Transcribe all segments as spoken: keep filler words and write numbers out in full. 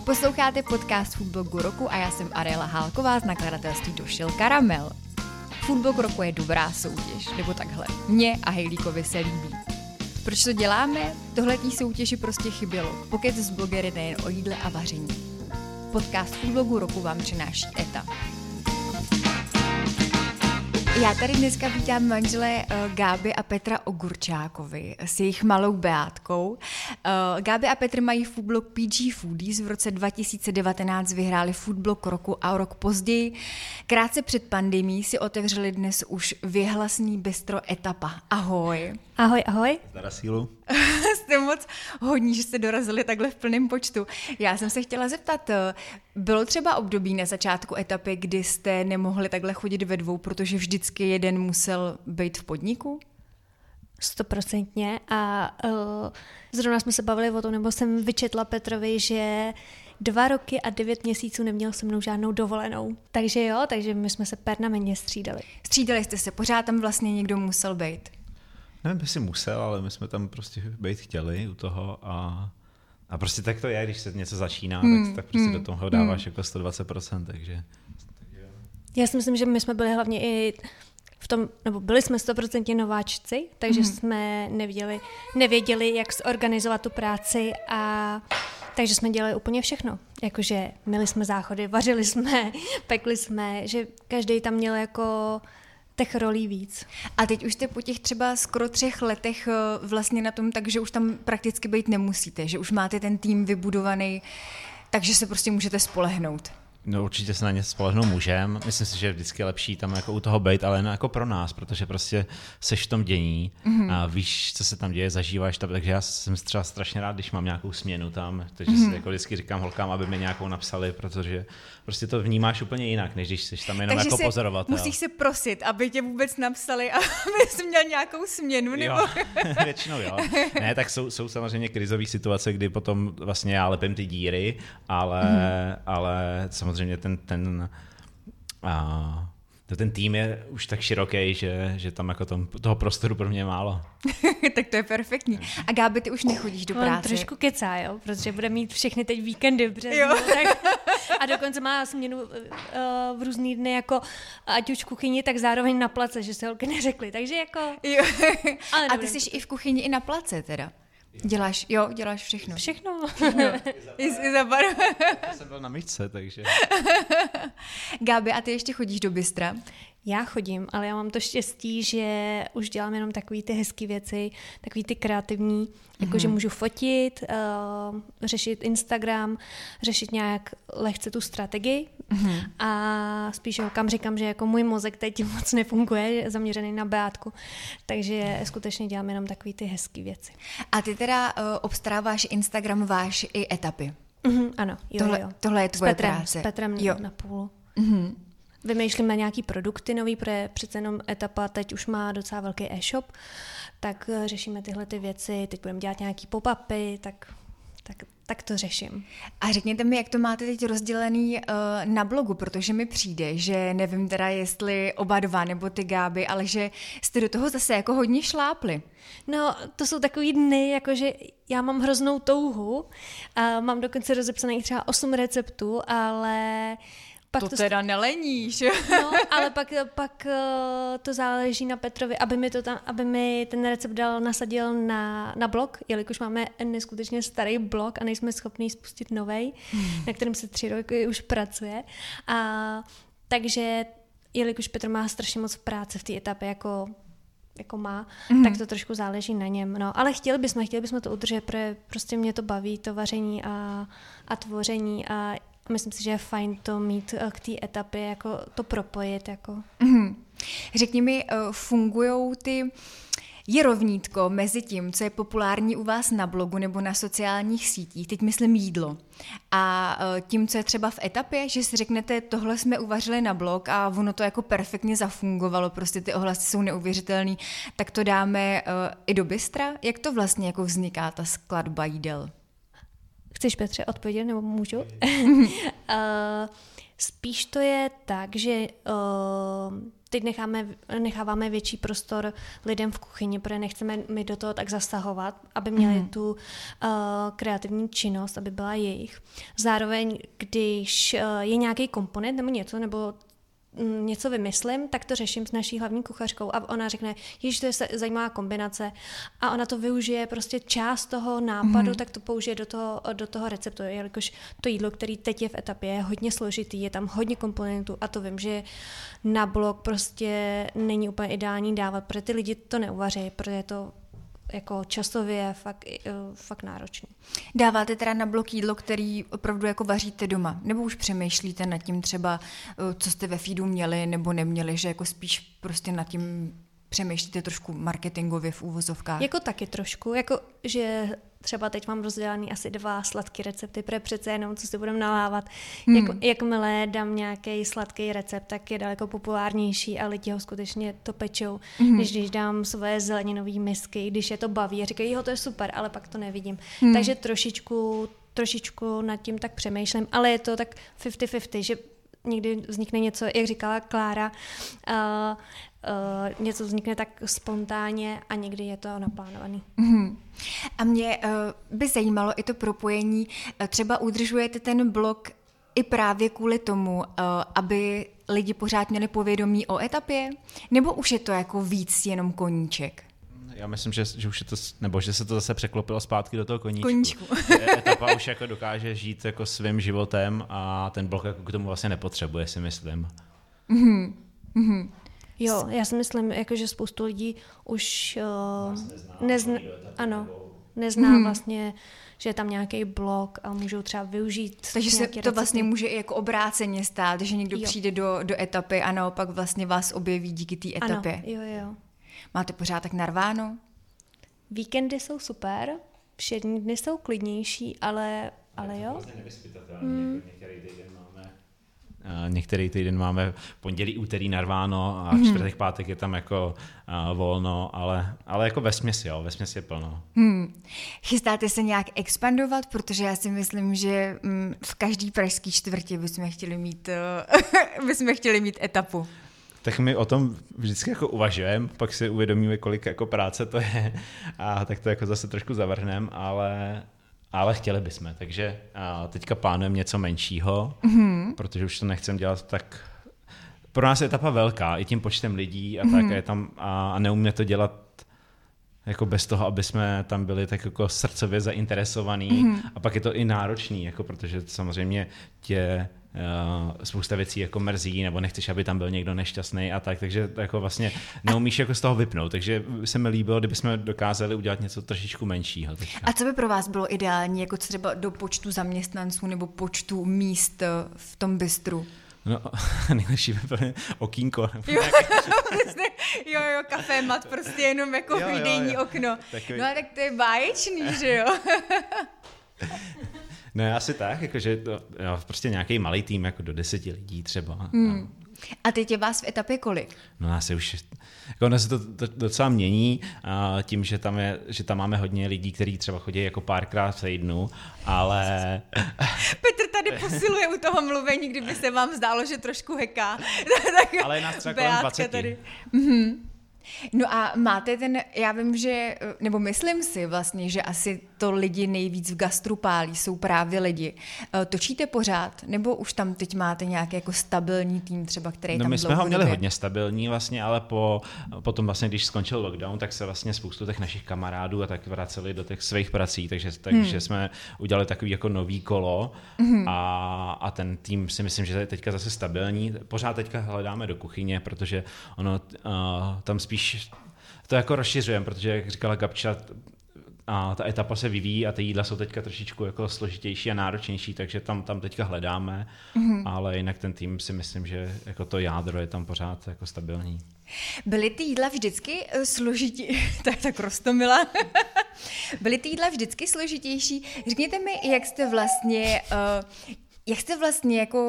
Posloucháte podcast Foodblogu roku a já jsem Ariela Hálková z nakladatelství Došel Karamel. Foodblog roku je dobrá soutěž, nebo takhle. Mně a Hejlíkovi se líbí. Proč to děláme? Tohletý soutěži prostě chybělo. Pokec s blogery nejen o jídle a vaření. Podcast Foodblogu roku vám přináší Eta. Já tady dneska vítám manžele uh, Gáby a Petra Ogurčákovi s jejich malou Beátkou. Uh, Gáby a Petr mají foodblog P G Foodies, v roce dva tisíce devatenáct vyhráli foodblog roku a o rok později, krátce před pandemií, si otevřeli dnes už věhlasný bistro Etapa. Ahoj. Ahoj, ahoj. Zdara sílu. Jste moc hodní, že jste dorazili takhle v plném počtu. Já jsem se chtěla zeptat, bylo třeba období na začátku etapy, kdy jste nemohli takhle chodit ve dvou, protože vždycky jeden musel být v podniku? Stoprocentně a uh, zrovna jsme se bavili o tom, nebo jsem vyčetla Petrovi, že dva roky a devět měsíců neměl se mnou žádnou dovolenou. Takže jo, takže my jsme se permanentně střídali. Střídali jste se, pořád tam vlastně někdo musel být? Nevím, jestli musel, ale my jsme tam prostě být chtěli u toho a, a prostě tak to je, když se něco začíná, hmm. tak, tak prostě hmm. do toho dáváš hmm. jako sto dvacet procent, takže, takže... Já si myslím, že my jsme byli hlavně i v tom, nebo byli jsme stoprocentně nováčci, takže hmm. jsme nevěděli, nevěděli, jak zorganizovat tu práci a takže jsme dělali úplně všechno. Jakože myli jsme záchody, vařili jsme, pekli jsme, že každý tam měl jako těch rolí víc. A teď už jste po těch třeba skoro třech letech vlastně na tom tak, že už tam prakticky být nemusíte, že už máte ten tým vybudovaný, takže se prostě můžete spolehnout. No určitě se na ně spolehnout můžem. Myslím si, že je vždycky lepší tam jako u toho být, ale jen jako pro nás, protože prostě seš v tom dění mm-hmm. a víš, co se tam děje, zažíváš tam, takže já jsem třeba strašně rád, když mám nějakou směnu tam, takže mm-hmm. si jako vždycky říkám holkám, aby mi nějakou napsali, protože prostě to vnímáš úplně jinak, než když jsi tam jenom takže jako pozorovatel. Musíš se prosit, aby tě vůbec napsali, aby jsi měl nějakou směnu, nebo? Jo, většinou jo. Ne, tak jsou, jsou samozřejmě krizové situace, kdy potom vlastně já lepím ty díry, ale, mm-hmm. ale samozřejmě ten, ten, a, ten tým je už tak široký, že, že tam jako tom, toho prostoru pro mě je málo. Tak to je perfektní. A Gáby, ty už nechodíš do práce. On trošku kecá, jo, protože bude mít všechny teď víkendy v březnu. Tak, a dokonce má směnu uh, v různý dny, jako ať už v kuchyni, tak zároveň na place, že se holky neřekly. Takže jako... Jo. Ale a ty jsi i v kuchyni, i na place teda. Děláš, jo, děláš všechno. Všechno. Jo. I za bar. Já jsem byl na myčce, takže... Gáby, a ty ještě chodíš do bystra? Já chodím, ale já mám to štěstí, že už dělám jenom takový ty hezký věci, takový ty kreativní, mm-hmm. jako že můžu fotit, uh, řešit Instagram, řešit nějak lehce tu strategii mm-hmm. a spíš holkám říkám, že jako můj mozek teď moc nefunguje, je zaměřený na Beátku, takže skutečně dělám jenom takový ty hezký věci. A ty teda uh, obstaráváš Instagram váš i etapy? Mm-hmm, ano, jo, tohle, jo. Tohle je tvoje s Petrem, práce. S Petrem jo. na půl. Mm-hmm. Vymýšlím na nějaký produkty nový, protože přece jenom etapa teď už má docela velký e-shop, tak řešíme tyhle ty věci, teď budeme dělat nějaký pop-upy, tak, tak, tak to řeším. A řekněte mi, jak to máte teď rozdělený uh, na blogu, protože mi přijde, že nevím teda, jestli oba dva nebo ty Gáby, ale že jste do toho zase jako hodně šlápli. No, to jsou takový dny, jakože já mám hroznou touhu a mám dokonce rozepsaných třeba osm receptů, ale... Pak to, to teda neleníš. No, ale pak, pak to záleží na Petrovi, aby mi, to tam, aby mi ten recept dal, nasadil na, na blog, jelikož máme neskutečně starý blog a nejsme schopni spustit novej, hmm. na kterém se tři roky už pracuje. A, takže jelikož Petr má strašně moc práce v té etapě, jako jako má, mm. tak to trošku záleží na něm. No, ale chtěli bychom, chtěli bychom to udržet, protože prostě mě to baví, to vaření a, a tvoření a myslím si, že je fajn to mít k té etapě, jako to propojit. Jako. Mm. Řekni mi, fungujou ty... Je rovnítko mezi tím, co je populární u vás na blogu nebo na sociálních sítích, teď myslím jídlo, a tím, co je třeba v etapě, že si řeknete, tohle jsme uvařili na blog a ono to jako perfektně zafungovalo, prostě ty ohlasy jsou neuvěřitelný, tak to dáme uh, i do bystra? Jak to vlastně jako vzniká ta skladba jídel? Chceš, Petře, odpovědět, nebo můžu? uh, Spíš to je tak, že uh, teď necháme, necháváme větší prostor lidem v kuchyni, protože nechceme my do toho tak zasahovat, aby měli mm. tu uh, kreativní činnost, aby byla jejich. Zároveň, když uh, je nějaký komponent nebo něco, nebo něco vymyslím, tak to řeším s naší hlavní kuchařkou a ona řekne, jež to je zajímavá kombinace a ona to využije prostě část toho nápadu, mm. tak to použije do toho, do toho receptu, jelikož to jídlo, který teď je v etapě, je hodně složitý, je tam hodně komponentů a to vím, že na blok prostě není úplně ideální dávat, protože ty lidi to neuvaří, protože je to jako časově fakt, fakt náročný. Dáváte teda na blok jídlo, který opravdu jako vaříte doma? Nebo už přemýšlíte nad tím třeba, co jste ve feedu měli nebo neměli, že jako spíš prostě nad tím přemýšlíte trošku marketingově v úvozovkách? Jako taky trošku, jako že třeba teď mám rozdělaný asi dva sladké recepty, protože přece jenom, co si budeme nalávat. Hmm. Jak, jakmile dám nějaký sladký recept, tak je daleko populárnější a lidi ho skutečně to pečou, hmm. než když dám svoje zeleninové misky, když je to baví a říkají, jo, to je super, ale pak to nevidím. Hmm. Takže trošičku, trošičku nad tím tak přemýšlím, ale je to tak padesát na padesát, že někdy vznikne něco, jak říkala Klára, uh, uh, něco vznikne tak spontánně a někdy je to naplánovaný. Mm-hmm. A mě uh, by zajímalo i to propojení, uh, třeba udržujete ten blog i právě kvůli tomu, uh, aby lidi pořád měli povědomí o etapě, nebo už je to jako víc jenom koníček? Já myslím, že, že už je to, nebo že se to zase překlopilo zpátky do toho koníčku. Koníčku. Etapa už jako dokáže žít jako svým životem a ten blok jako k tomu vlastně nepotřebuje, si myslím. Mm-hmm. Mm-hmm. Jo, já si myslím, jako, že spoustu lidí už uh, nezná, ano, nezná mm-hmm. vlastně, že je tam nějaký blok a můžou třeba využít. Takže se to recepty. vlastně může i jako obráceně stát, že někdo jo. přijde do, do etapy a naopak vlastně vás objeví díky té etapě. Ano, jo, jo. Máte pořád tak narváno? Víkendy jsou super, všední dny jsou klidnější, ale, ale jo. Vlastně nevyspytatelný, hmm. některý týden máme, uh, některý týden máme pondělí, úterý narváno a hmm. čtvrtek, pátek je tam jako uh, volno, ale, ale jako vesměs jo, vesměs je plno. Hmm. Chystáte se nějak expandovat, protože já si myslím, že mm, v každý pražský čtvrtě bychom chtěli mít, uh, bychom chtěli mít etapu. Tak my o tom vždycky jako uvažujeme, pak si uvědomíme, kolik jako práce to je a tak to jako zase trošku zavrhneme, ale, ale chtěli bychom. Takže teďka plánujeme něco menšího, mm-hmm. protože už to nechcem dělat tak... Pro nás je etapa velká, i tím počtem lidí a mm-hmm. tak a, je tam, a, a neumíme to dělat jako bez toho, aby jsme tam byli tak jako srdcově zainteresovaní mm-hmm. a pak je to i náročný, jako protože samozřejmě tě uh, spousta věcí jako mrzí, nebo nechceš, aby tam byl někdo nešťastný a tak, takže jako vlastně neumíš jako z toho vypnout, takže se mi líbilo, kdybychom dokázali udělat něco trošičku menšího. Teďka. A co by pro vás bylo ideální, jako třeba do počtu zaměstnanců nebo počtu míst v tom bistru? No, nejlepší by bylo okýnko. Jo, jo, jo, kafémat, prostě jenom jako jo, výdejní jo, jo. okno. Takový... No a tak to je báječný, že jo? No asi tak, jakože to, jo, prostě nějaký malý tým, jako do deseti lidí třeba. Hmm. A teď je vás v etapě kolik? No asi už, jako ono se to, to docela mění a tím, že tam, je, že tam máme hodně lidí, kteří třeba chodí jako párkrát v týdnu, ale... Petr tady posiluje u toho mluvení, kdyby se vám zdálo, že trošku heká. Tak ale je nás třeba kolem dvacet. Tady. Mhm. No a máte ten, já vím, že, nebo myslím si vlastně, že asi to lidi nejvíc v gastru pálí, jsou právě lidi. Točíte pořád, nebo už tam teď máte nějaký jako stabilní tým třeba, který no tam my jsme ho měli době? hodně stabilní vlastně, ale po, potom vlastně, když skončil lockdown, tak se vlastně spoustu těch našich kamarádů a tak vraceli do těch svých prací, takže, takže hmm. jsme udělali takový jako nový kolo hmm. a, a ten tým si myslím, že je teďka zase stabilní. Pořád teďka hledáme do kuchyně, protože ono uh, tam spíš to jako rozšiřujeme, protože jak říkala Gabča, a ta etapa se vyvíjí a ty jídla jsou teďka trošičku jako složitější a náročnější, takže tam, tam teďka hledáme, mm-hmm. ale jinak ten tým si myslím, že jako to jádro je tam pořád jako stabilní. Byly ty jídla vždycky složitější? Tak tak roztomila. Byly ty jídla vždycky složitější? Řekněte mi, jak jste vlastně, uh, jak jste vlastně jako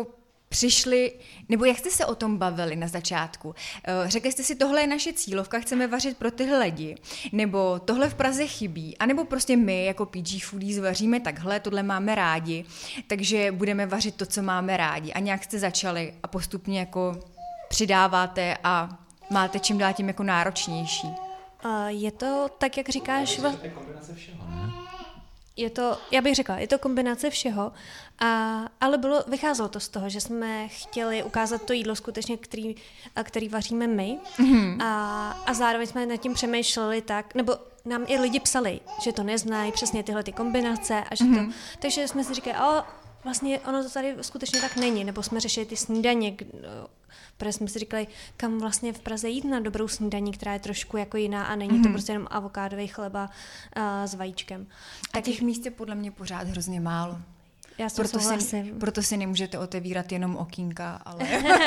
přišli, nebo jak jste se o tom bavili na začátku? Řekli jste si, tohle je naše cílovka, chceme vařit pro tyhle lidi, nebo tohle v Praze chybí, anebo prostě my jako P G Foodies vaříme takhle, tohle máme rádi, takže budeme vařit to, co máme rádi. A nějak jste začali a postupně jako přidáváte a máte čím dál tím jako náročnější. Uh, je to tak, jak říkáš... Je to kombinace všeho, ne? Je to, já bych řekla, je to kombinace všeho, a, ale bylo, vycházelo to z toho, že jsme chtěli ukázat to jídlo skutečně, který, který vaříme my, mm-hmm. a, a zároveň jsme nad tím přemýšleli tak, nebo nám i lidi psali, že to neznají, přesně tyhle ty kombinace, a že mm-hmm. to, takže jsme si říkali, o, vlastně ono to tady skutečně tak není, nebo jsme řešili ty snídaně, protože jsme si říkali, kam vlastně v Praze jít na dobrou snídaní, která je trošku jako jiná a není mm-hmm. to prostě jenom avokádový chleba uh, s vajíčkem. A těch míst je podle mě pořád hrozně málo. Já proto si, proto si nemůžete otevírat jenom okýnka, ale...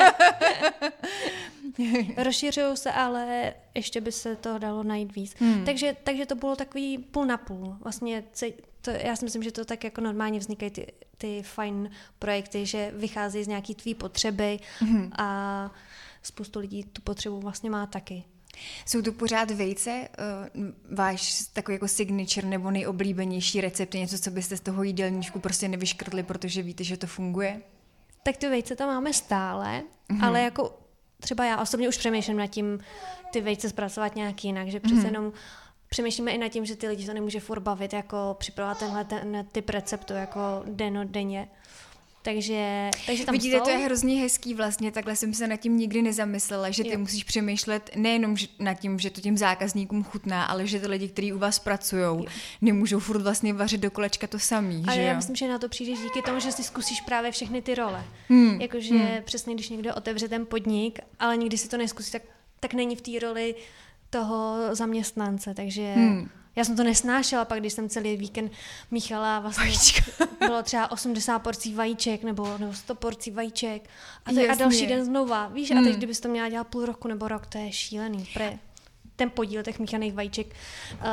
Rozšiřují se, ale ještě by se to dalo najít víc. Hmm. Takže, takže to bylo takový půl na půl. Vlastně to, já si myslím, že to tak jako normálně vznikají ty, ty fajn projekty, že vycházejí z nějaký tvý potřeby hmm. a spoustu lidí tu potřebu vlastně má taky. Jsou tu pořád vejce, uh, váš takový jako signature nebo nejoblíbenější recept, něco, co byste z toho jídelníčku prostě nevyškrtli, protože víte, že to funguje? Tak ty vejce tam máme stále, mm-hmm. ale jako třeba já osobně už přemýšlím nad tím ty vejce zpracovat nějak jinak, že přece mm-hmm. jenom přemýšlíme i nad tím, že ty lidi to nemůže furt bavit, jako připravovat tenhle ten typ receptu jako dennodenně. Takže, takže tam vidíte, jsou. To je hrozně hezký vlastně, takhle jsem se nad tím nikdy nezamyslela, že ty jo. musíš přemýšlet nejenom nad tím, že to těm zákazníkům chutná, ale že ty lidi, kteří u vás pracujou, nemůžou furt vlastně vařit do kolečka to samý. Ale že já jo? myslím, že na to přijdeš díky tomu, že si zkusíš právě všechny ty role. Hmm. Jakože hmm. přesně, když někdo otevře ten podnik, ale nikdy si to neskusí, tak, tak není v té roli toho zaměstnance, takže... Hmm. Já jsem to nesnášela, pak když jsem celý víkend míchala, vlastně bylo třeba osmdesát porcí vajíček nebo, nebo sto porcí vajíček a, to, a další den znova. Víš, hmm. a teď kdybys to měla dělat půl roku nebo rok, to je šílený. Pre ten podíl těch míchaných vajíček uh,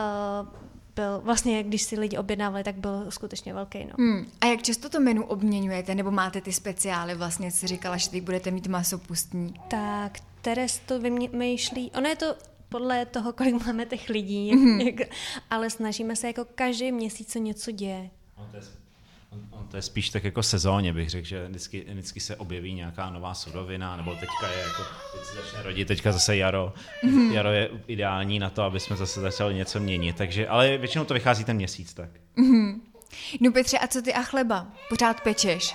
byl vlastně, když si lidi objednávali, tak byl skutečně velký. No. Hmm. A jak často to menu obměňujete, nebo máte ty speciály, vlastně si říkala, že teď budete mít masopustní? Tak, Teres to vymýšlí, ono je to podle toho, kolik máme těch lidí, mm-hmm. ale snažíme se jako každý měsíc se něco děje. On to je, on, on to je spíš tak jako sezóně, bych řekl, že vždycky, vždycky se objeví nějaká nová surovina, nebo teďka je jako, teď se začne rodit, teďka zase jaro. Mm-hmm. Jaro je ideální na to, aby jsme zase začali něco měnit, takže, ale většinou to vychází ten měsíc tak. Mm-hmm. No Petře, a co ty a chleba? Pořád pečeš?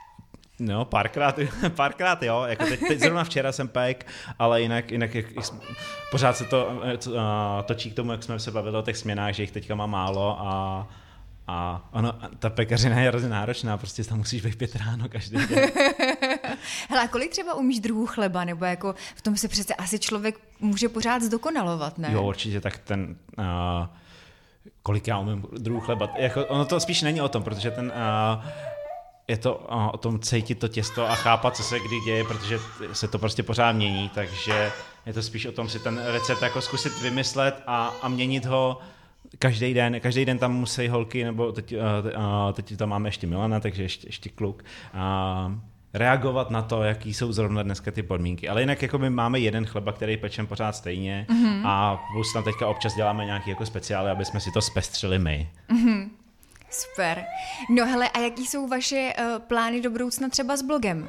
No, párkrát, párkrát jo, jako teď, teď zrovna včera jsem pek, ale jinak, jinak jak, jak, pořád se to uh, točí k tomu, jak jsme se bavili o těch směnách, že jich teďka má málo a, a ono, ta pekařina je hrozně náročná, prostě tam musíš být pět ráno každý den. Hele, a kolik třeba umíš druhů chleba, nebo jako v tom se přece asi člověk může pořád zdokonalovat, ne? Jo, určitě, tak ten... Uh, kolik já umím druhů chleba, jako, ono to spíš není o tom, protože ten... Uh, je to o tom cítit to těsto a chápat, co se kdy děje, protože se to prostě pořád mění, takže je to spíš o tom si ten recept jako zkusit vymyslet a, a měnit ho každý den. Každý den tam musí holky, nebo teď, teď tam máme ještě Milana, takže ještě, ještě kluk, a reagovat na to, jaký jsou zrovna dneska ty podmínky. Ale jinak jako my máme jeden chleba, který pečem pořád stejně mm-hmm. a plus tam teďka občas děláme nějaký jako speciály, aby jsme si to zpestřili my. Mm-hmm. Super. No hele, a jaký jsou vaše uh, plány do budoucna třeba s blogem?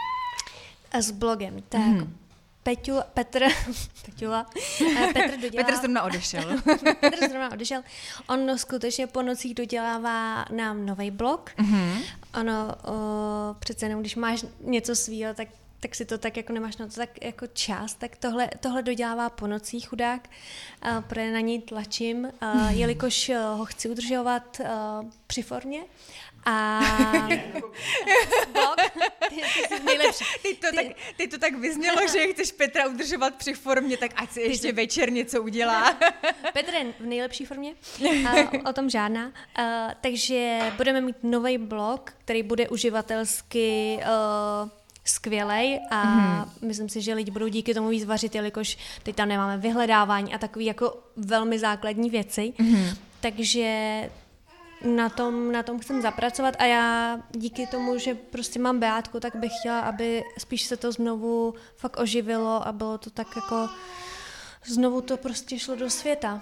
A s blogem, tak mm-hmm. Peťu, Petr, Peťula, Petr dodělá... Petr zrovna odešel. Petr zrovna odešel. On skutečně po nocích dodělává nám nový blog. Mm-hmm. Ono, o, přece jenom, když máš něco svýho, tak tak si to tak jako nemáš na to tak jako čas, tak tohle, tohle dodělává po nocích chudák, a protože na něj tlačím, a jelikož ho chci udržovat a, při formě. A blog, ty, ty jsi nejlepší. Teď to, ty, tak, teď to tak vyznělo, že chceš Petra udržovat při formě, tak ať si ještě jsi... večer něco udělá. Petr je v nejlepší formě, a, o tom žádná. A, takže budeme mít nový blog, který bude uživatelsky uh, skvělej a mm-hmm. myslím si, že lidi budou díky tomu víc vařit, jelikož teď tam nemáme vyhledávání a takový jako velmi základní věci. Mm-hmm. Takže na tom, na tom chcem zapracovat a já díky tomu, že prostě mám Beátku, tak bych chtěla, aby spíš se to znovu fakt oživilo a bylo to tak jako, znovu to prostě šlo do světa.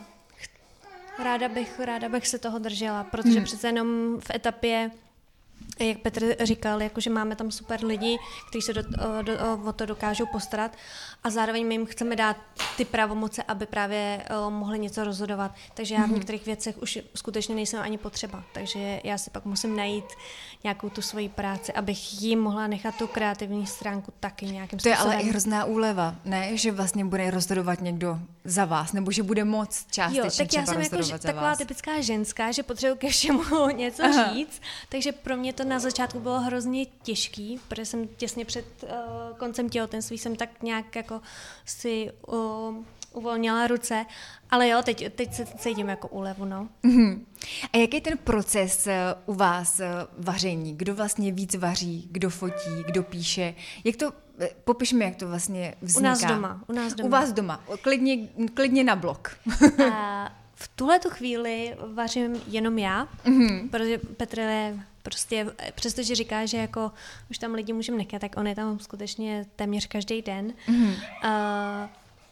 Ráda bych, ráda bych se toho držela, protože hmm. přece jenom v etapě, jak Petr říkal, jakože máme tam super lidi, kteří se do, do, o to dokážou postarat a zároveň my jim chceme dát ty pravomoce, aby právě o, mohli něco rozhodovat. Takže já v některých věcech už skutečně nejsem ani potřeba. Takže já si pak musím najít nějakou tu svoji práci, abych jim mohla nechat tu kreativní stránku taky nějakým způsobem. To je způsobem. ale i hrozná úleva, ne? Že vlastně bude rozhodovat někdo za vás, nebo že bude moc částečně třeba rozhodovat za vás. Jo, tak já jsem jako taková typická ženská, že potřebuji ke všemu něco Aha. říct, takže pro mě to na začátku bylo hrozně těžký, protože jsem těsně před uh, koncem těhotenství jsem tak nějak jako si uh, uvolnila ruce, ale jo, teď, teď se cítím jako úlevu, no. Mm-hmm. A jaký je ten proces uh, u vás uh, vaření? Kdo vlastně víc vaří, kdo fotí, kdo píše? Jak to, popiš mi, jak to vlastně vzniká. U nás doma. U, nás doma. u vás doma, klidně, klidně na blok. A v tuhletu chvíli vařím jenom já, mm-hmm. protože Petr je prostě, přestože říká, že jako už tam lidi můžeme nechat, tak on je tam skutečně téměř každý den. Mm-hmm. Uh,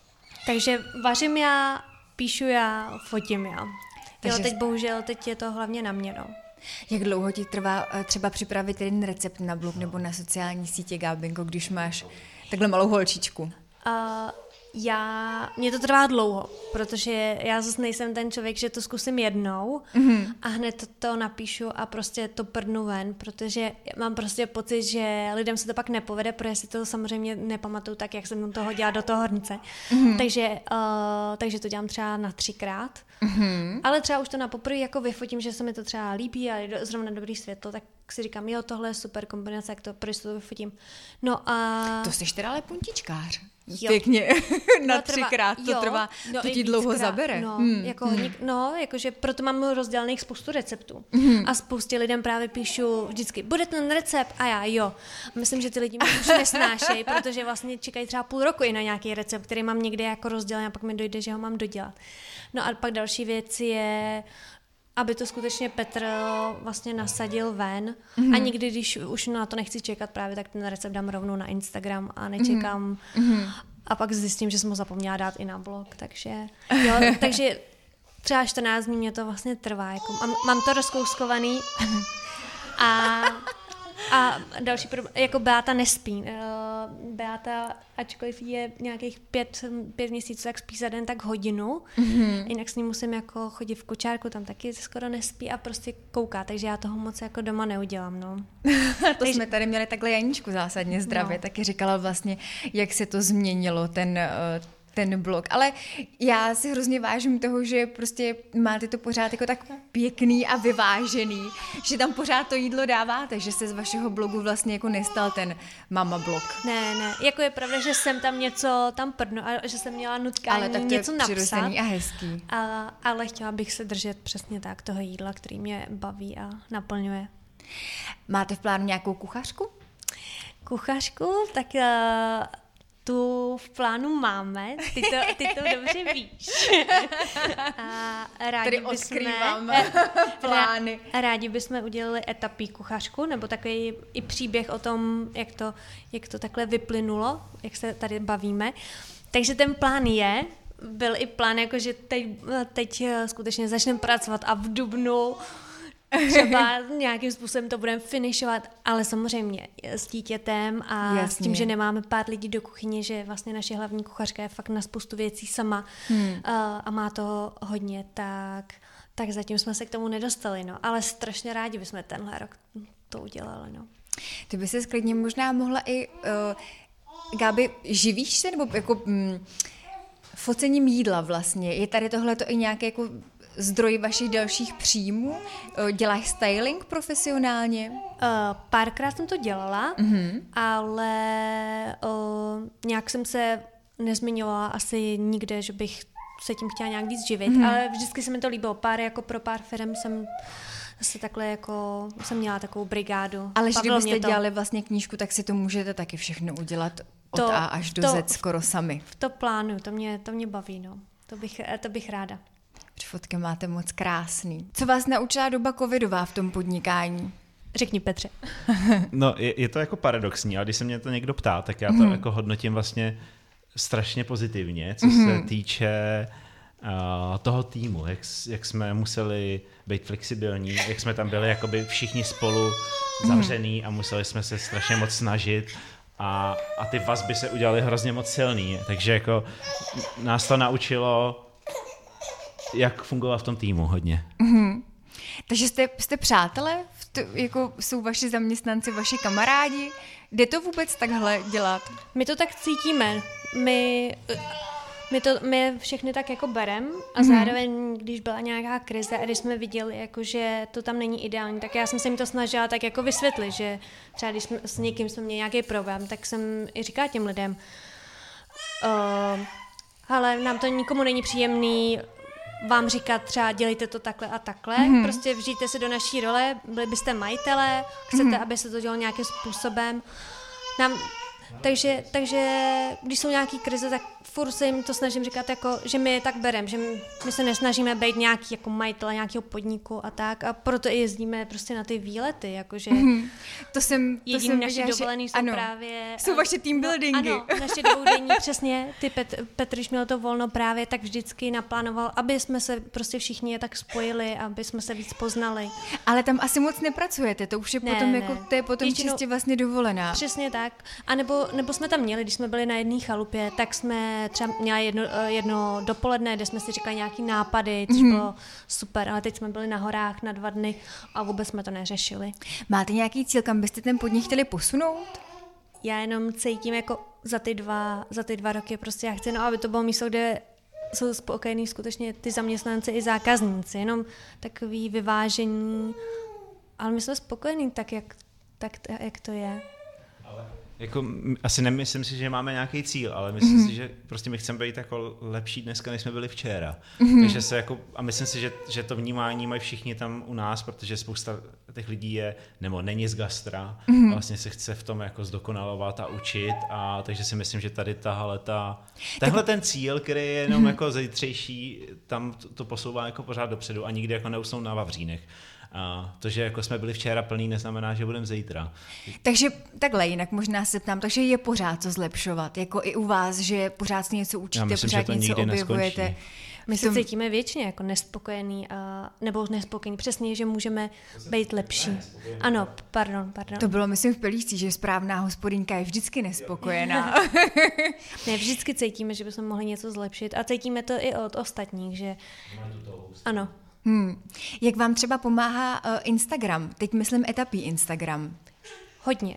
takže vařím já, píšu já, fotím já. Takže... Jo, teď bohužel, teď je to hlavně na mě, no. Jak dlouho ti trvá třeba připravit jeden recept na blog nebo na sociální sítě, Gábinko, když máš takhle malou holčičku? Uh, Já, mně to trvá dlouho, protože já zase nejsem ten člověk, že to zkusím jednou mm-hmm. a hned to, to napíšu a prostě to prdnu ven, protože mám prostě pocit, že lidem se to pak nepovede, protože si to samozřejmě nepamatuju tak, jak jsem to hodila do toho hrnce. Mm-hmm. Takže, uh, takže to dělám třeba na třikrát, mm-hmm. ale třeba už to na poprvé jako vyfotím, že se mi to třeba líbí a je do, zrovna dobrý světlo, tak si říkám, jo, tohle je super kombinace, jak to, proč to vyfotím. No a... To jsi teda ale puntičkář. Jo. Pěkně, na no, třikrát to jo, trvá, no, to ti dlouho víckrát, zabere. No, hmm. jako, hmm. no, jakože proto mám rozdělených spoustu receptů. Hmm. A spoustě lidem právě píšu vždycky, bude ten recept? A já, jo. Myslím, že ty lidi mě už nesnášejí, protože vlastně čekají třeba půl roku i na nějaký recept, který mám někde jako rozdělený a pak mi dojde, že ho mám dodělat. No a pak další věc je... aby to skutečně Petr vlastně nasadil ven mm-hmm. a někdy, když už na to nechci čekat právě, tak ten recept dám rovnou na Instagram a nečekám mm-hmm. a pak zjistím, že jsem ho zapomněla dát i na blog, takže jo, takže třeba čtrnáct dní mě to vlastně trvá, jako mám, mám to rozkouskovaný a A další problém, jako Beáta nespí. Beáta, ačkoliv je nějakých pět, pět měsíců, tak spí za den tak hodinu. Mm-hmm. Jinak s ní musím jako chodit v kočárku, tam taky skoro nespí a prostě kouká, takže já toho moc jako doma neudělám, no. To takže... jsme tady měli takhle Janičku zásadně zdravě, no. Taky říkala vlastně, jak se to změnilo, ten... ten blog, ale já si hrozně vážím toho, že prostě máte to pořád jako tak pěkný a vyvážený, že tam pořád to jídlo dáváte, že se z vašeho blogu vlastně jako nestal ten mama blog. Ne, ne, jako je pravda, že jsem tam něco tam prdnu a že jsem měla nutkání ale tak to něco je napsat. a hezký. A, ale chtěla bych se držet přesně tak toho jídla, který mě baví a naplňuje. Máte v plánu nějakou kuchařku? Kuchařku? Tak... Uh, tu v plánu máme, ty to, ty to dobře víš. A rádi Tady bychom, odkrývám plány. Rádi bychom udělali etapí kuchařku, nebo takový i příběh o tom, jak to, jak to takhle vyplynulo, jak se tady bavíme. Takže ten plán je, byl i plán, jako že teď, teď skutečně začneme pracovat a v dubnu třeba nějakým způsobem to budeme finišovat, ale samozřejmě s dítětem a Jasně. s tím, že nemáme pár lidí do kuchyně, že vlastně naše hlavní kuchařka je fakt na spoustu věcí sama hmm. a, a má to hodně, tak, tak zatím jsme se k tomu nedostali, no. Ale strašně rádi bychom tenhle rok to udělali, no. Ty by se klidně možná mohla i, uh, Gábi, živíš se, nebo jako um, focením jídla vlastně, je tady tohleto i nějaké jako zdroj vašich dalších příjmů? Děláš styling profesionálně? Uh, párkrát jsem to dělala, mm-hmm. ale uh, nějak jsem se nezmiňovala asi nikde, že bych se tím chtěla nějak víc živit, mm-hmm. ale vždycky se mi to líbilo. Pár, jako pro pár firem jsem se takhle jako, jsem měla takovou brigádu. Ale že kdybyste dělali vlastně knížku, tak si to můžete taky všechno udělat od to, A až do to, Z skoro sami. V to plánuju, to mě, to mě baví, no. To bych, to bych ráda. Fotky máte moc krásný. Co vás naučila doba covidová v tom podnikání? Řekni, Petře. No, je, je to jako paradoxní, ale když se mě to někdo ptá, tak já to mm. jako hodnotím vlastně strašně pozitivně, co mm. se týče uh, toho týmu, jak, jak jsme museli být flexibilní, jak jsme tam byli jakoby všichni spolu zavřený a museli jsme se strašně moc snažit a, a ty vazby se udělaly hrozně moc silný, takže jako nás to naučilo, jak fungovat v tom týmu hodně. Mm-hmm. Takže jste, jste přátelé? To, jako jsou vaši zaměstnanci, vaši kamarádi? Jde to vůbec takhle dělat? My to tak cítíme. My, my, to, my všechny tak jako berem a zároveň, když byla nějaká krize a když jsme viděli, jako, že to tam není ideální, tak já jsem se jim to snažila tak jako vysvětlit, že třeba když jsme, s někým jsme měli nějaký problém, tak jsem i říkala těm lidem, uh, ale nám to nikomu není příjemný, vám říkat třeba dělejte to takhle a takhle, mm-hmm. prostě vžijte se do naší role, byli byste majitelé, chcete, mm-hmm. aby se to dělalo nějakým způsobem. Nám, takže, takže když jsou nějaký krize, tak furt se jim to snažím říkat, jako, že my je tak berem, že my, my se nesnažíme být nějaký jako majitele nějakého podniku a tak a proto i jezdíme prostě na ty výlety, jakože mm-hmm. to jsem, to jediný jsem naši viděla, dovolený že, jsou ano, právě... Jsou vaše team buildingy. Ano, naše dvoudenní, přesně. Ty Pet, Petr, když měl to volno právě, tak vždycky naplánoval, aby jsme se prostě všichni je tak spojili, aby jsme se víc poznali. Ale tam asi moc nepracujete, to už je ne, potom, ne. Jako, to je potom Většinou, čistě vlastně dovolená. Přesně tak. A nebo, nebo jsme tam měli, když jsme byli na jedné chalupě, tak jsme třeba měli jedno, jedno dopoledne, kde jsme si říkali nějaký nápady, což mm-hmm. bylo super, ale teď jsme byli na horách na dva dny a vůbec jsme to neřešili. Máte nějaký cíl, kam byste ten podnik chtěli posunout? Já jenom cítím jako za ty dva, za ty dva roky prostě já chci, no, aby to bylo místo, kde jsou spokojení skutečně ty zaměstnanci i zákazníci, jenom takový vyvážení, ale my jsme spokojení tak, jak, tak, jak to je. Jako, asi nemyslím si, že máme nějaký cíl, ale myslím mm-hmm. si, že prostě my chceme být jako lepší dneska, než jsme byli včera. Mm-hmm. Takže se jako, a myslím si, že, že to vnímání mají všichni tam u nás, protože spousta těch lidí je, nebo není z gastra, mm-hmm. a vlastně se chce v tom jako zdokonalovat a učit, a takže si myslím, že tady tahle ta, tenhle ten cíl, který je jenom mm-hmm. jako zítřejší, tam to, to posouvá jako pořád dopředu a nikdy jako neusnou na vavřínech. A to, že jako jsme byli včera plný, neznamená, že budeme zítra. Takže takhle, jinak možná se ptám, takže je pořád co zlepšovat, jako i u vás, že pořád se něco učíte, myslím, pořád něco objevujete. Neskončí. My se cítíme věčně jako nespokojený, a, nebo nespokojený, přesně, že můžeme být lepší. Ano, pardon, pardon. To bylo, myslím, v Pelíšci, že správná hospodinka je vždycky nespokojená. Ne, vždycky cítíme, že bychom mohli něco zlepšit a cítíme to i od ostatních, že ano. Hmm. Jak vám třeba pomáhá uh, Instagram? Teď myslím etapí Instagram. Hodně.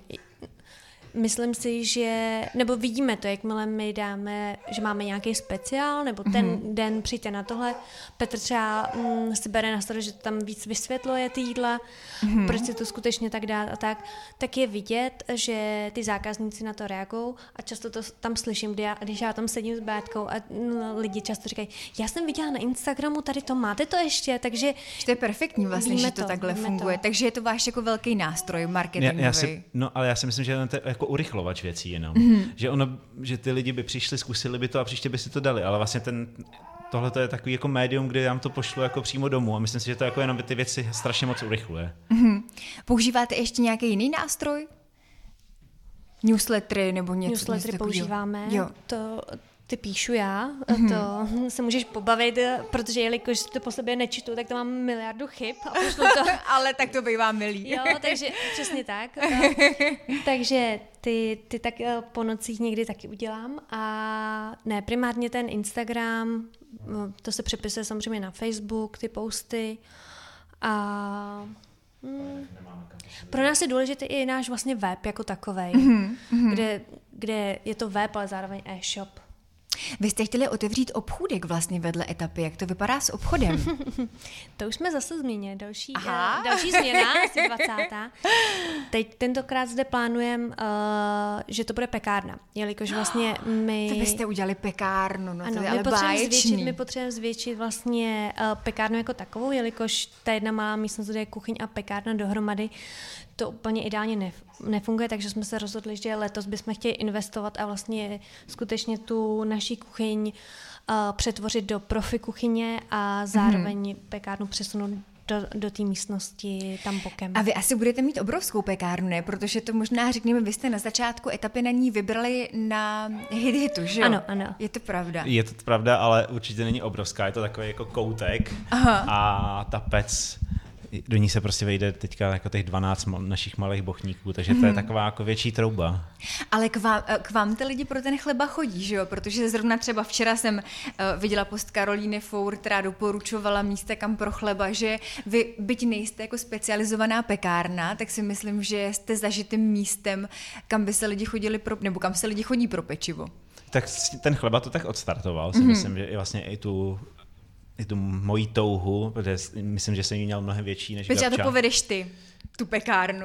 Myslím si, že, nebo vidíme to, jakmile my dáme, že máme nějaký speciál, nebo ten mm-hmm. den přijďte na tohle. Petr třeba mm, si bere na starost, že to tam víc vysvětluje ty jídla, mm-hmm. proč si to skutečně tak dát a tak. Tak je vidět, že ty zákazníci na to reagují a často to tam slyším, kdy já, když já tam sedím s Bátkou a no, lidi často říkají, já jsem viděla na Instagramu, tady to máte to ještě, takže... To je perfektní vlastně, že to, to takhle funguje, to. Takže je to váš jako velký nástroj marketingový. Já, já si, no ale já si myslím, že to je jako urychlovač věcí jenom. Mm-hmm. Že, ono, že ty lidi by přišli, zkusili by to a příště by si to dali, ale vlastně ten, tohle to je takový jako médium, kde já to pošlu jako přímo domů a myslím si, že to jako jenom by ty věci strašně moc urychluje. Mm-hmm. Používáte ještě nějaký jiný nástroj? Newslettery nebo něco? Newslettery něco používáme. Jo. To... Ty píšu já, mm-hmm. to se můžeš pobavit, protože jelikož to po sobě nečtu, tak to mám miliardu chyb a pošlu to. Ale tak to bývá milý. Jo, takže přesně tak. Takže ty, ty tak po nocích někdy taky udělám a ne, primárně ten Instagram, to se přepisuje samozřejmě na Facebook, ty posty a... Hmm. Pro nás je důležitý i náš vlastně web jako takovej, mm-hmm. kde, kde je to web, ale zároveň e-shop. Vy jste chtěli otevřít obchůdek vlastně vedle etapy. Jak to vypadá s obchodem? To už jsme zase zmínili. Další, uh, další změna, asi dvacátá Teď tentokrát zde plánujeme, uh, že to bude pekárna. Jelikož vlastně my... To byste udělali pekárnu, no ano, to je ale báječný. Zvětšit, my potřebujeme zvětšit vlastně uh, pekárnu jako takovou, jelikož ta jedna malá místnost, kde je kuchyň a pekárna dohromady, to úplně ideálně nef- nefunguje, takže jsme se rozhodli, že letos bychom chtěli investovat a vlastně skutečně tu naší kuchyň uh, přetvořit do profi kuchyně a zároveň mm-hmm. pekárnu přesunout do, do té místnosti tam bokem. A vy asi budete mít obrovskou pekárnu, ne? Protože to možná, řekněme, vy jste na začátku etapy na ní vybrali na hit-hitu, že jo? Ano, ano. Je to pravda. Je to pravda, ale určitě není obrovská, je to takový jako koutek. Aha. A ta pec, do ní se prostě vejde teďka jako těch dvanáct našich malých bochníků, takže to je taková jako větší trouba. Ale k vám, k vám ty lidi pro ten chleba chodí, že jo? Protože zrovna třeba včera jsem uh, viděla post Karolíny Four, která doporučovala místa kam pro chleba, že vy, byť nejste jako specializovaná pekárna, tak si myslím, že jste zažitým místem, kam by se lidi chodili pro, nebo kam se lidi chodí pro pečivo. Tak ten chleba to tak odstartoval, si mm-hmm. myslím, že i vlastně i tu i tu mojí touhu, protože myslím, že jsem ji měl mnohem větší než Peťa, Gabča. to povedeš ty, tu pekárnu.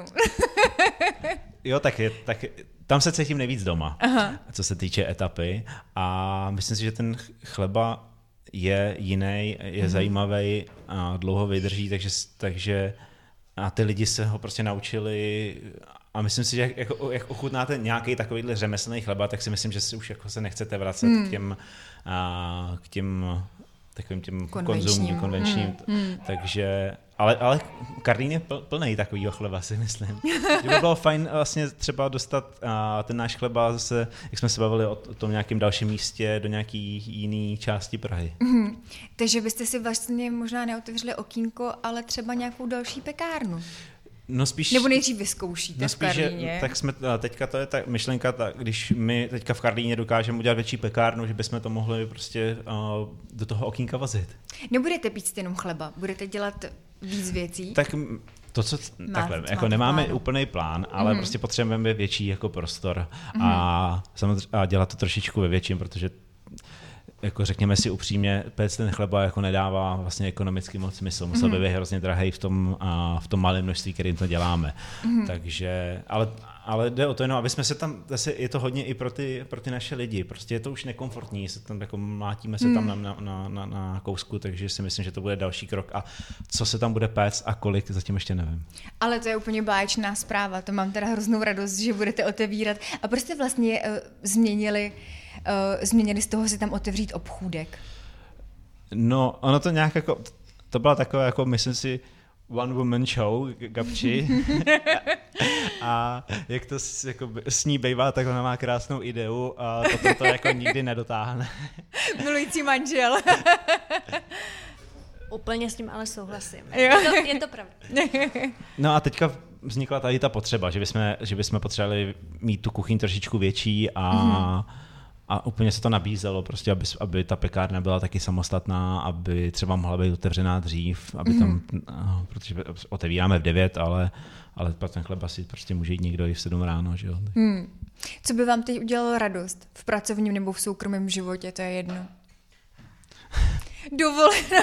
Jo, tak, je, tak tam se cítím nejvíc doma, Aha. co se týče etapy. A myslím si, že ten chleba je jiný, je mm. zajímavý a dlouho vydrží, takže, takže a ty lidi se ho prostě naučili a myslím si, že jak, jak, jak ochutnáte nějaký takovýhle řemeslný chleba, tak si myslím, že si už jako se nechcete vracet mm. k těm, a, k těm takovým těm konzumním, konvenčním. Hmm, hmm. Takže, ale, ale Karlín je pl, plnej takovýho chleba, si myslím. Že by bylo fajn vlastně třeba dostat a, ten náš chleba zase, jak jsme se bavili o, o tom nějakém dalším místě, do nějaký jiný části Prahy. Hmm. Takže byste si vlastně možná neotevřeli okýnko, ale třeba nějakou další pekárnu. No spíš, nebo nejdřív vyzkoušíte no v Karlíně. Že, tak jsme, teďka to je ta myšlenka, ta, když my teďka v Karlíně dokážeme udělat větší pekárnu, že bychom to mohli prostě uh, do toho okýnka vozit. Nebudete pít jenom chleba, budete dělat víc věcí? Tak to, co má, takhle, jako máte nemáme plánu. úplný plán, ale mm. prostě potřebujeme větší jako prostor mm. a, samozřejmě, a dělat to trošičku ve větším, protože jako řekněme si upřímně, péct ten chleba jako nedává vlastně ekonomicky moc smysl. Musel by být hrozně drahej v tom, a v tom malém množství, kterým to děláme. Mm. Takže, ale, ale jde o to jenom, aby jsme se tam, zase je to hodně i pro ty, pro ty naše lidi. Prostě je to už nekomfortní, se tam jako mlátíme se mm. tam na, na, na, na kousku, takže si myslím, že to bude další krok. A co se tam bude péct a kolik, zatím ještě nevím. Ale to je úplně báječná zpráva, to mám teda hroznou radost, že budete otevírat. A prostě vlastně uh, změnili Uh, změnili z toho si tam otevřít obchůdek? No, ono to nějak jako, to byla taková jako, myslím si, one woman show, Gabči. A jak to jako s ní bejvá, tak ona má krásnou ideu a toto to jako nikdy nedotáhne. Milující manžel. Úplně s tím ale souhlasím. Jo. Je to, je to pravda. No a teďka vznikla tady ta potřeba, že bychom, že bychom potřebovali mít tu kuchyň trošičku větší a mm-hmm. A úplně se to nabízelo, prostě, aby, aby ta pekárna byla taky samostatná, aby třeba mohla být otevřená dřív, aby mm. tam, protože otevíráme v devět, ale, ale pro ten chleba si prostě může jít někdo i v sedm ráno. Že jo? Mm. Co by vám teď udělalo radost? V pracovním nebo v soukromém životě, to je jedno. Dovolená.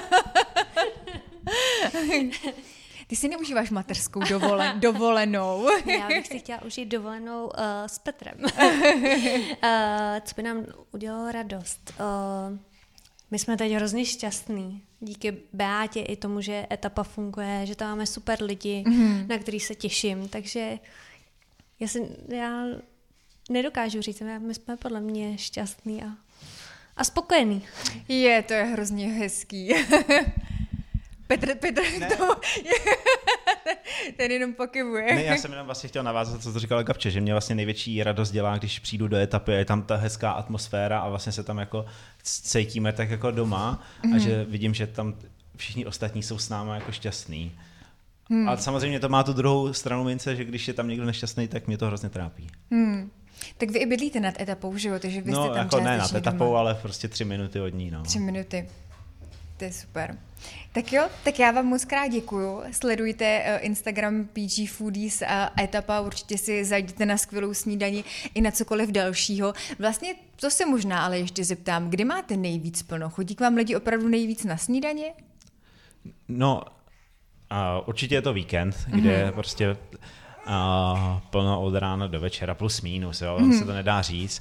Ty si neužíváš mateřskou dovolen, dovolenou. Já bych si chtěla užít dovolenou uh, s Petrem. uh, co by nám udělalo radost? Uh, my jsme teď hrozně šťastní. Díky Beátě i tomu, že etapa funguje, že tam máme super lidi, mm-hmm. na který se těším. Takže já, si, já nedokážu říct, my jsme podle mě šťastní a, a spokojení. Je, to je hrozně hezký. Petr, Petr, to, ten jenom pokyvuje. Ne, já jsem jenom vlastně chtěl navázat, co to říkala Gabče, že mě vlastně největší radost dělá, když přijdu do etapy, je tam ta hezká atmosféra a vlastně se tam jako cítíme tak jako doma mm-hmm. a že vidím, že tam všichni ostatní jsou s náma jako šťastní. Hmm. A samozřejmě to má tu druhou stranu mince, že když je tam někdo nešťastný, tak mě to hrozně trápí. Hmm. Tak vy i bydlíte nad etapou, že jo? Takže vy no, jste tam jako ne nad etapou, doma. ale prostě tři minuty od ní. No. Tři minuty. To je super. Tak jo, tak já vám moc krát děkuju. Sledujte Instagram P G Foodies a etapa, určitě si zajděte na skvělou snídani i na cokoliv dalšího. Vlastně to se možná ale ještě zeptám, kdy máte nejvíc plno? Chodí k vám lidi opravdu nejvíc na snídaně? No, uh, určitě je to víkend, kde mm-hmm. prostě uh, plno od rána do večera plus mínus, jo, mm-hmm. se to nedá říct.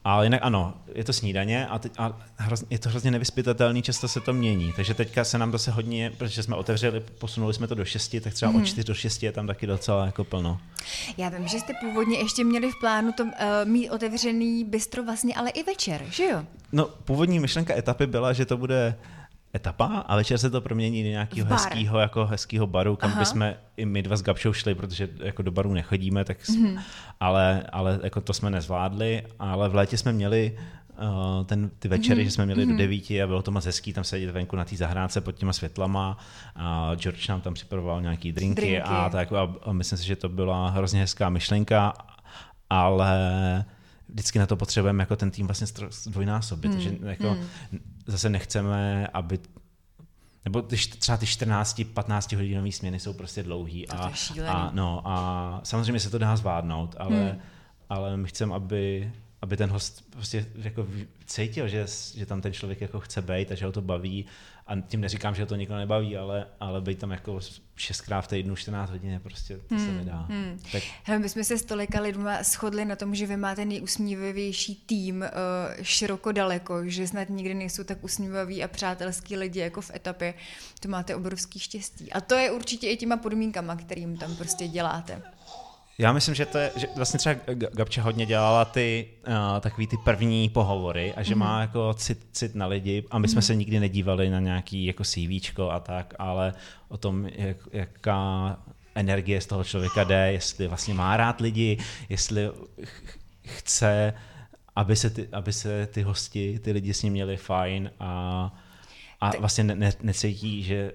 Ale jinak ano, je to snídaně a, teď, a hrozně, je to hrozně nevyspytatelný, často se to mění. Takže teďka se nám zase hodně, protože jsme otevřeli, posunuli jsme to do šesti, tak třeba mm. od čtyř do šesti je tam taky docela jako plno. Já vím, že jste původně ještě měli v plánu to, uh, mít otevřený bistro vlastně, ale i večer, že jo? No, původní myšlenka etapy byla, že to bude etapa a večer se to promění do nějakého hezkého, jako hezkého baru, kam Aha. bychom i my dva s Gabčou šli, protože jako do baru nechodíme, tak mm-hmm. ale, ale jako to jsme nezvládli, ale v létě jsme měli uh, ten, ty večery, mm-hmm. že jsme měli mm-hmm. do devíti a bylo to moc hezký tam sedět venku na té zahrádce pod těma světlama a George nám tam připravoval nějaký drinky, drinky. a tak a, a myslím si, že to byla hrozně hezká myšlenka, ale vždycky na to potřebujeme jako ten tým vlastně dvojnásobit, mm. takže jako mm. zase nechceme, aby nebo třeba ty čtrnáct patnáct hodinový směny jsou prostě dlouhý a, a, no, a samozřejmě se to dá zvládnout, ale, mm. ale my chceme, aby, aby ten host prostě jako cítil, že, že tam ten člověk jako chce být a že ho to baví a tím neříkám, že ho to nikdo nebaví, ale, ale být tam jako šestkrát v týdnu, čtrnáct hodin, prostě to hmm, se nedá. Hmm. Tak... Hele, my jsme se s tolika lidma shodli na tom, že vy máte nejusmívavější tým uh, široko daleko, že snad nikdy nejsou tak usmívaví a přátelský lidi jako v etapě. To máte obrovský štěstí. A to je určitě i těma podmínkama, kterým tam prostě děláte. Já myslím, že to je, že vlastně třeba Gabča hodně dělala ty uh, takový ty první pohovory a že mm-hmm. má jako cit, cit na lidi a my mm-hmm. jsme se nikdy nedívali na nějaký jako CVčko a tak, ale o tom, jak, jaká energie z toho člověka jde, jestli vlastně má rád lidi, jestli ch- chce, aby se, ty, aby se ty hosti, ty lidi s ním měli fajn a, a vlastně ne, ne, necítí, že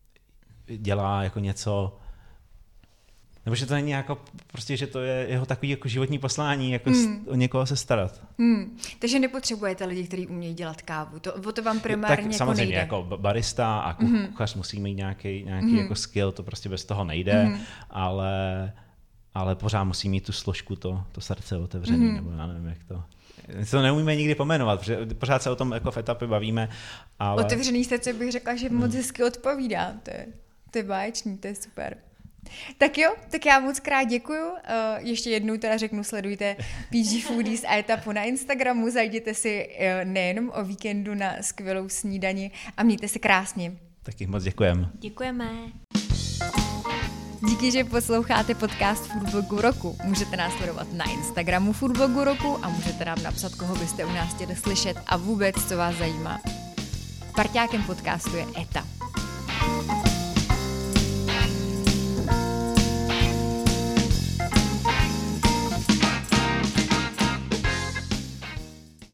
dělá jako něco. Nebo že to není jako, prostě, že to je jeho takový jako životní poslání, jako hmm. o někoho se starat. Hmm. Takže nepotřebujete lidi, kteří umějí dělat kávu. To, o to vám primárně tak jako samozřejmě nejde. Jako barista a kuchař hmm. musí mít nějaký, nějaký hmm. jako skill, to prostě bez toho nejde, hmm. ale, ale pořád musí mít tu složku, to, to srdce otevřený, hmm. nebo já nevím, jak to... My to neumíme nikdy pomenovat, protože pořád se o tom jako v etapě bavíme, ale... Otevřený srdce bych řekla, že moc hezky odpovídá. To je, to je báječný, to je super. Tak jo, tak já moc krát děkuju. Uh, ještě jednou teda řeknu, sledujte P G Foodies a etapu na Instagramu, zajděte si uh, nejenom o víkendu na skvělou snídani a mějte se krásně. Taky moc děkujeme. Děkujeme. Díky, že posloucháte podcast Foodblogu roku. Můžete nás sledovat na Instagramu Foodblogu roku a můžete nám napsat, koho byste u nás chtěli slyšet a vůbec, co vás zajímá. Parťákem podcastu je Eta.